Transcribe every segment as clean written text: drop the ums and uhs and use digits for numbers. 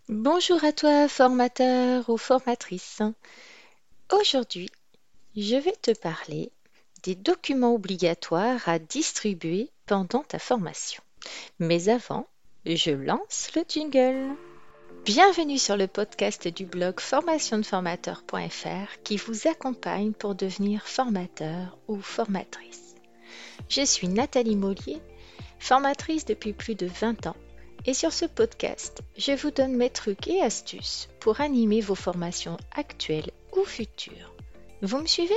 Bonjour à toi, formateur ou formatrice. Aujourd'hui, je vais te parler des documents obligatoires à distribuer pendant ta formation. Mais avant, je lance le jingle. Bienvenue sur le podcast du blog formationdeformateur.fr qui vous accompagne pour devenir formateur ou formatrice. Je suis Nathalie Mollier, formatrice depuis plus de 20 ans. Et sur ce podcast, je vous donne mes trucs et astuces pour animer vos formations actuelles ou futures. Vous me suivez?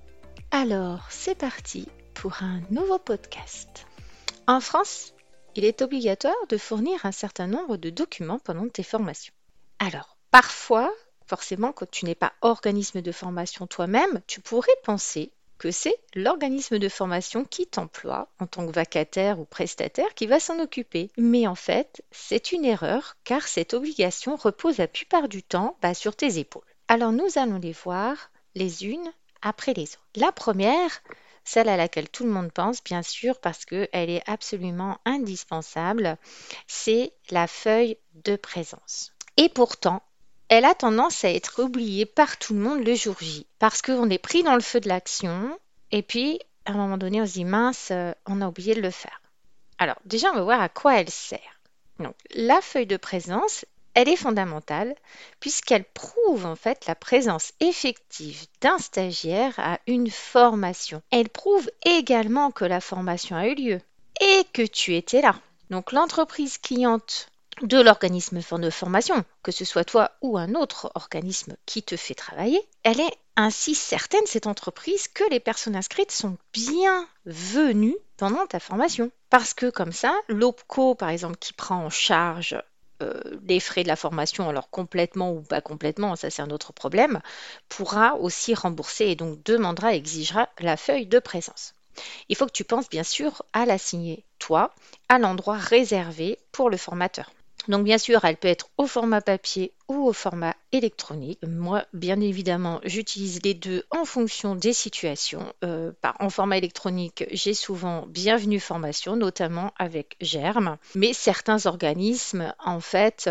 Alors, c'est parti pour un nouveau podcast. En France, il est obligatoire de fournir un certain nombre de documents pendant tes formations. Alors, parfois, forcément, quand tu n'es pas organisme de formation toi-même, tu pourrais penser que c'est l'organisme de formation qui t'emploie en tant que vacataire ou prestataire qui va s'en occuper. Mais en fait, c'est une erreur car cette obligation repose la plupart du temps sur tes épaules. Alors nous allons les voir les unes après les autres. La première, celle à laquelle tout le monde pense, bien sûr, parce qu'elle est absolument indispensable, c'est la feuille de présence. Et pourtant, elle a tendance à être oubliée par tout le monde le jour J, parce qu'on est pris dans le feu de l'action, et puis à un moment donné, on se dit mince, on a oublié de le faire. Alors déjà, on va voir à quoi elle sert. Donc, la feuille de présence, elle est fondamentale puisqu'elle prouve en fait la présence effective d'un stagiaire à une formation. Elle prouve également que la formation a eu lieu et que tu étais là. Donc l'entreprise cliente de l'organisme de formation, que ce soit toi ou un autre organisme qui te fait travailler, elle est ainsi certaine, cette entreprise, que les personnes inscrites sont bienvenues pendant ta formation. Parce que comme ça, l'OPCO, par exemple, qui prend en charge les frais de la formation, alors complètement ou pas complètement, ça c'est un autre problème, pourra aussi rembourser et donc demandera, exigera la feuille de présence. Il faut que tu penses bien sûr à la signer, toi, à l'endroit réservé pour le formateur. Donc bien sûr, elle peut être au format papier ou au format électronique. Moi, bien évidemment, j'utilise les deux en fonction des situations. En format électronique, j'ai souvent Bienvenue Formation, notamment avec Germe. Mais certains organismes, en fait,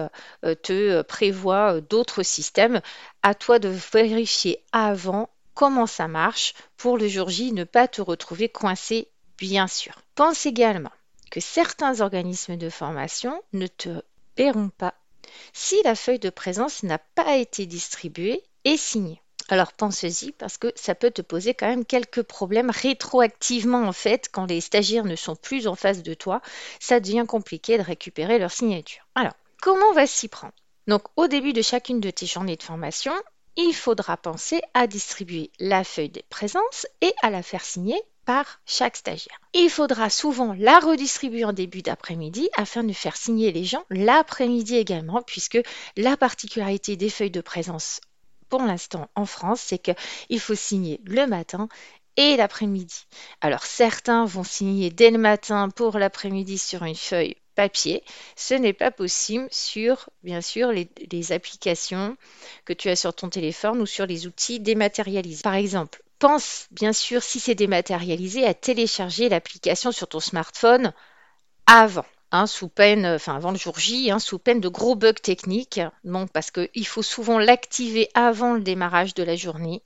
te prévoient d'autres systèmes. À toi de vérifier avant comment ça marche pour le jour J, ne pas te retrouver coincé, bien sûr. Pense également que certains organismes de formation ne te paieront pas si la feuille de présence n'a pas été distribuée et signée. Alors pense-y parce que ça peut te poser quand même quelques problèmes rétroactivement en fait quand les stagiaires ne sont plus en face de toi, ça devient compliqué de récupérer leur signature. Alors, comment on va s'y prendre? Donc au début de chacune de tes journées de formation, il faudra penser à distribuer la feuille de présence et à la faire signer par chaque stagiaire. Il faudra souvent la redistribuer en début d'après-midi afin de faire signer les gens l'après-midi également, puisque la particularité des feuilles de présence pour l'instant en France, c'est qu'il faut signer le matin et l'après-midi. Alors certains vont signer dès le matin pour l'après-midi sur une feuille papier. Ce n'est pas possible sur, bien sûr, les applications que tu as sur ton téléphone ou sur les outils dématérialisés. Par exemple, pense bien sûr, si c'est dématérialisé, à télécharger l'application sur ton smartphone avant. Sous peine, avant le jour J, sous peine de gros bugs techniques. Bon, parce qu'il faut souvent l'activer avant le démarrage de la journée.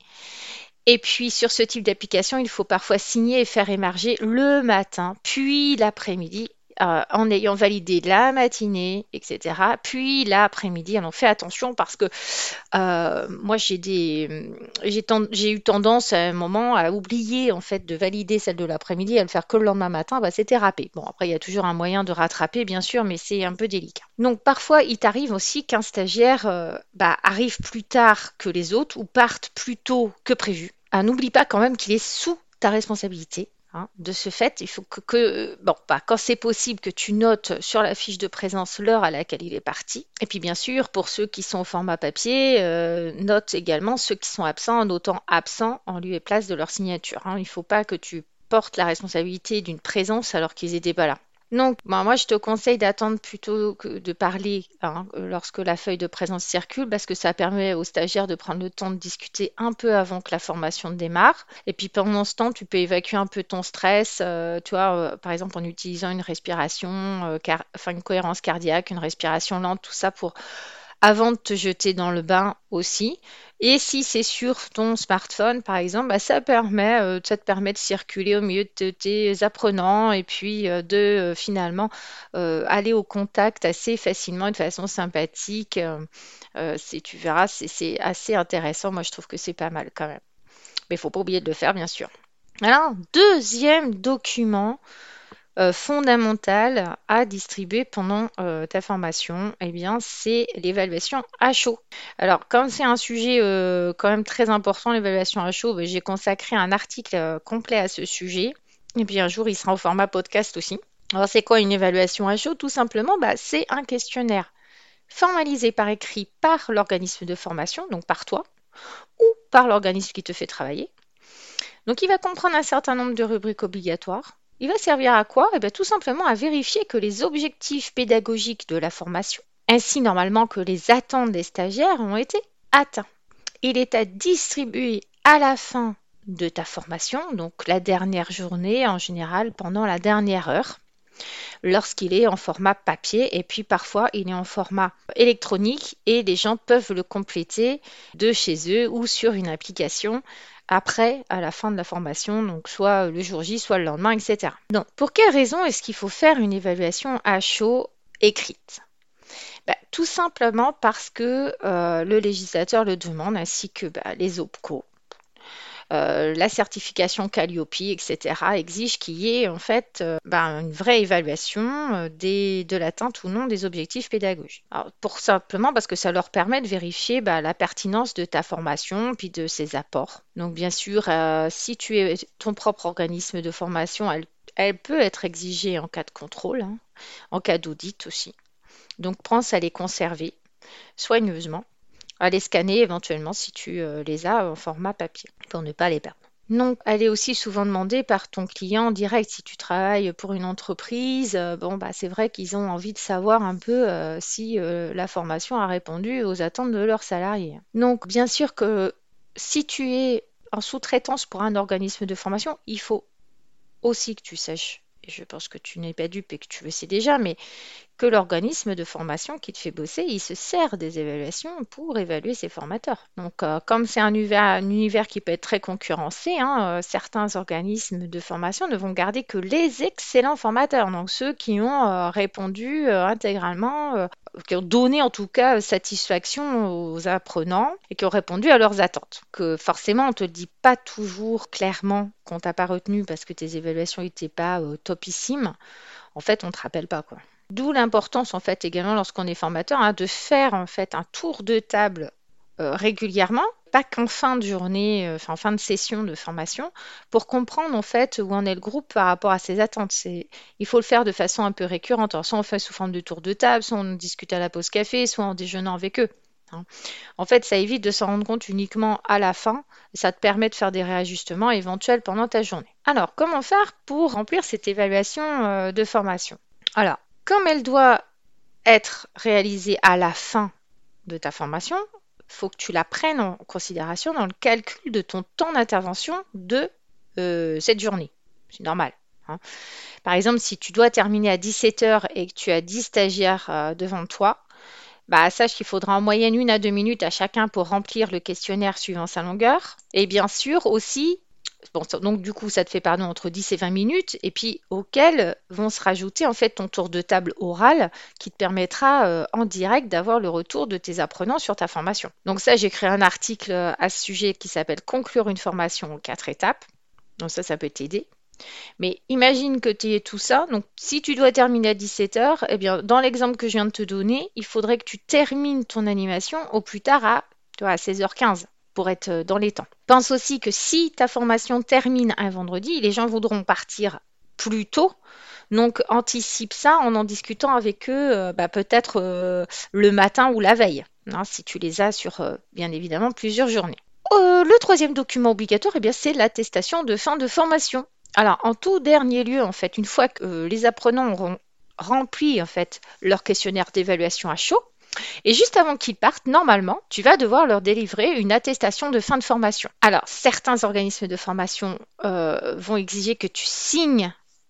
Et puis sur ce type d'application, il faut parfois signer et faire émarger le matin, puis l'après-midi, en ayant validé la matinée, etc. Puis l'après-midi, alors fais attention parce que moi j'ai eu tendance à un moment à oublier en fait de valider celle de l'après-midi, à le faire que le lendemain matin, c'était râpé. Bon après il y a toujours un moyen de rattraper bien sûr, mais c'est un peu délicat. Donc parfois il t'arrive aussi qu'un stagiaire arrive plus tard que les autres ou parte plus tôt que prévu. N'oublie pas quand même qu'il est sous ta responsabilité. De ce fait, il faut quand c'est possible, que tu notes sur la fiche de présence l'heure à laquelle il est parti. Et puis bien sûr, pour ceux qui sont au format papier, note également ceux qui sont absents en notant absent en lieu et place de leur signature. Il ne faut pas que tu portes la responsabilité d'une présence alors qu'ils n'étaient pas là. Donc, moi, je te conseille d'attendre plutôt que de parler lorsque la feuille de présence circule, parce que ça permet aux stagiaires de prendre le temps de discuter un peu avant que la formation démarre. Et puis pendant ce temps, tu peux évacuer un peu ton stress, tu vois, par exemple en utilisant une respiration, une cohérence cardiaque, une respiration lente, tout ça pour avant de te jeter dans le bain aussi. Et si c'est sur ton smartphone, par exemple, bah, ça te permet de circuler au milieu de tes apprenants et puis finalement aller au contact assez facilement et de façon sympathique. Tu verras, c'est assez intéressant. Moi, je trouve que c'est pas mal quand même. Mais il faut pas oublier de le faire, bien sûr. Alors, deuxième document fondamentale à distribuer pendant ta formation, eh bien, c'est l'évaluation à chaud. Alors, comme c'est un sujet quand même très important, l'évaluation à chaud, ben, j'ai consacré un article complet à ce sujet. Et puis un jour, il sera au format podcast aussi. Alors, c'est quoi une évaluation à chaud? Tout simplement, bah, c'est un questionnaire formalisé par écrit par l'organisme de formation, donc par toi, ou par l'organisme qui te fait travailler. Donc, il va comprendre un certain nombre de rubriques obligatoires. Il va servir à quoi? Eh bien, tout simplement à vérifier que les objectifs pédagogiques de la formation, ainsi normalement que les attentes des stagiaires, ont été atteints. Il est à distribuer à la fin de ta formation, donc la dernière journée en général pendant la dernière heure, lorsqu'il est en format papier et puis parfois il est en format électronique et les gens peuvent le compléter de chez eux ou sur une application après, à la fin de la formation, donc soit le jour J, soit le lendemain, etc. Donc, pour quelle raison est-ce qu'il faut faire une évaluation à chaud écrite? Tout simplement parce que le législateur le demande, ainsi que les OPCO. La certification Calliope, etc., exige qu'il y ait en fait une vraie évaluation de l'atteinte ou non des objectifs pédagogiques. Alors, pour simplement parce que ça leur permet de vérifier la pertinence de ta formation puis de ses apports. Donc bien sûr, si tu es ton propre organisme de formation, elle peut être exigée en cas de contrôle, hein, en cas d'audit aussi. Donc pense à les conserver soigneusement, à les scanner éventuellement si tu les as en format papier pour ne pas les perdre. Donc, elle est aussi souvent demandée par ton client direct. Si tu travailles pour une entreprise, c'est vrai qu'ils ont envie de savoir un peu si la formation a répondu aux attentes de leurs salariés. Donc, bien sûr que si tu es en sous-traitance pour un organisme de formation, il faut aussi que tu saches, et je pense que tu n'es pas dupe et que tu le sais déjà, mais que l'organisme de formation qui te fait bosser, il se sert des évaluations pour évaluer ses formateurs. Donc, comme c'est un univers qui peut être très concurrencé, hein, certains organismes de formation ne vont garder que les excellents formateurs, donc ceux qui ont répondu intégralement, qui ont donné en tout cas satisfaction aux apprenants et qui ont répondu à leurs attentes. Que forcément, on ne te le dit pas toujours clairement qu'on t'a pas retenu parce que tes évaluations n'étaient pas topissimes. En fait, on ne te rappelle pas, quoi. D'où l'importance en fait également lorsqu'on est formateur de faire en fait un tour de table régulièrement, pas qu'en fin de journée, en fin de session de formation, pour comprendre en fait où en est le groupe par rapport à ses attentes. Il faut le faire de façon un peu récurrente. Alors, soit on fait sous forme de tour de table, soit on discute à la pause café, soit en déjeunant avec eux. Hein. En fait, ça évite de s'en rendre compte uniquement à la fin. Ça te permet de faire des réajustements éventuels pendant ta journée. Alors, comment faire pour remplir cette évaluation de formation? Alors, comme elle doit être réalisée à la fin de ta formation, il faut que tu la prennes en considération dans le calcul de ton temps d'intervention de cette journée. C'est normal. Hein. Par exemple, si tu dois terminer à 17 heures et que tu as 10 stagiaires devant toi, sache qu'il faudra en moyenne 1 à 2 minutes à chacun pour remplir le questionnaire suivant sa longueur. Et bien sûr aussi, donc du coup, ça te fait entre 10 et 20 minutes, et puis auxquelles vont se rajouter en fait ton tour de table oral qui te permettra en direct d'avoir le retour de tes apprenants sur ta formation. Donc ça, j'ai créé un article à ce sujet qui s'appelle Conclure une formation en 4 étapes. Donc ça peut t'aider. Mais imagine que tu aies tout ça. Donc, si tu dois terminer à 17 heures, eh bien, dans l'exemple que je viens de te donner, il faudrait que tu termines ton animation au plus tard à 16h15 pour être dans les temps. Pense aussi que si ta formation termine un vendredi, les gens voudront partir plus tôt. Donc, anticipe ça en discutant avec eux peut-être le matin ou la veille, hein, si tu les as sur, bien évidemment, plusieurs journées. Le troisième document obligatoire, c'est l'attestation de fin de formation. Alors, en tout dernier lieu, en fait, une fois que les apprenants auront rempli en fait leur questionnaire d'évaluation à chaud, et juste avant qu'ils partent, normalement, tu vas devoir leur délivrer une attestation de fin de formation. Alors, certains organismes de formation vont exiger que tu signes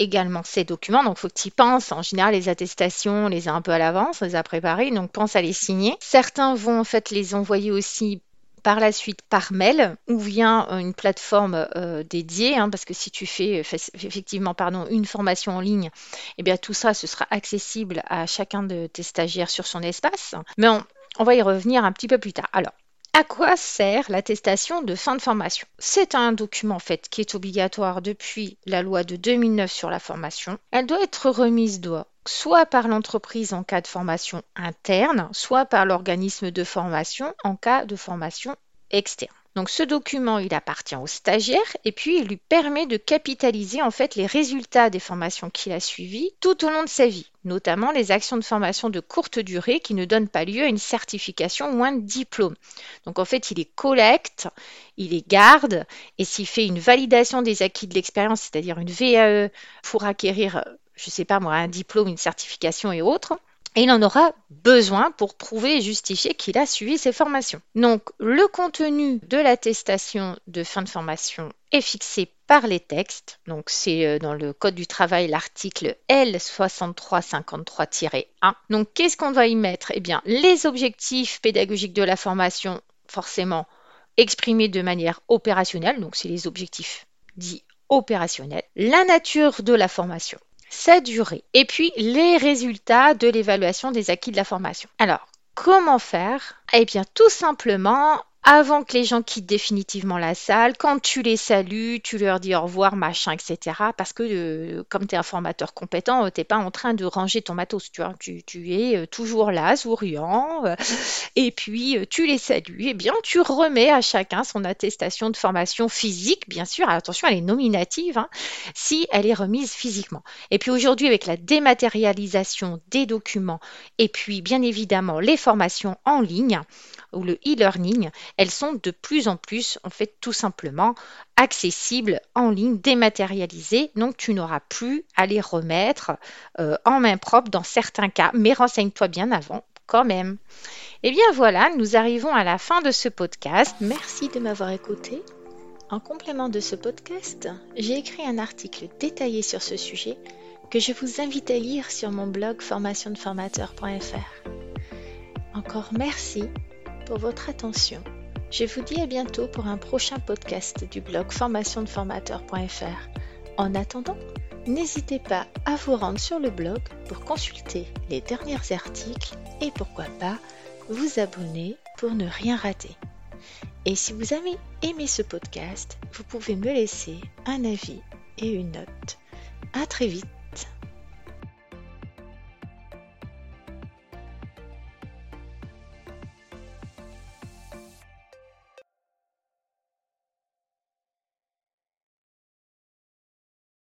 également ces documents. Donc, il faut que tu y penses. En général, les attestations, on les a un peu à l'avance, on les a préparées. Donc, pense à les signer. Certains vont en fait les envoyer aussi par la suite par mail ou via une plateforme dédiée, hein, parce que si tu fais effectivement une formation en ligne, eh bien tout ça, ce sera accessible à chacun de tes stagiaires sur son espace. Mais on va y revenir un petit peu plus tard. Alors, à quoi sert l'attestation de fin de formation? C'est un document en fait qui est obligatoire depuis la loi de 2009 sur la formation. Elle doit être remise soit par l'entreprise en cas de formation interne, soit par l'organisme de formation en cas de formation externe. Donc ce document, il appartient au stagiaire et puis il lui permet de capitaliser en fait les résultats des formations qu'il a suivies tout au long de sa vie, notamment les actions de formation de courte durée qui ne donnent pas lieu à une certification ou un diplôme. Donc en fait, il les collecte, il les garde et s'il fait une validation des acquis de l'expérience, c'est-à-dire une VAE pour acquérir, je ne sais pas moi, un diplôme, une certification et autres, et il en aura besoin pour prouver et justifier qu'il a suivi ses formations. Donc, le contenu de l'attestation de fin de formation est fixé par les textes. Donc, c'est dans le Code du travail, l'article L6353-1. Donc, qu'est-ce qu'on va y mettre? Eh bien, les objectifs pédagogiques de la formation, forcément exprimés de manière opérationnelle. Donc, c'est les objectifs dits opérationnels. La nature de la formation, sa durée, et puis les résultats de l'évaluation des acquis de la formation. Alors, comment faire? Eh bien, tout simplement, avant que les gens quittent définitivement la salle, quand tu les salues, tu leur dis au revoir, machin, etc. Parce que comme tu es un formateur compétent, tu n'es pas en train de ranger ton matos, tu vois. Tu es toujours là, souriant, et puis tu les salues. Eh bien, tu remets à chacun son attestation de formation physique, bien sûr. Alors, attention, elle est nominative, hein, si elle est remise physiquement. Et puis aujourd'hui, avec la dématérialisation des documents, et puis bien évidemment les formations en ligne, ou le e-learning, elles sont de plus en plus, en fait, tout simplement accessibles en ligne, dématérialisées. Donc, tu n'auras plus à les remettre en main propre dans certains cas, mais renseigne-toi bien avant quand même. Et bien voilà, nous arrivons à la fin de ce podcast. Merci de m'avoir écouté. En complément de ce podcast, j'ai écrit un article détaillé sur ce sujet que je vous invite à lire sur mon blog formationdeformateur.fr. Encore merci pour votre attention. Je vous dis à bientôt pour un prochain podcast du blog formationdeformateur.fr. En attendant, n'hésitez pas à vous rendre sur le blog pour consulter les derniers articles et pourquoi pas vous abonner pour ne rien rater. Et si vous avez aimé ce podcast, vous pouvez me laisser un avis et une note. À très vite.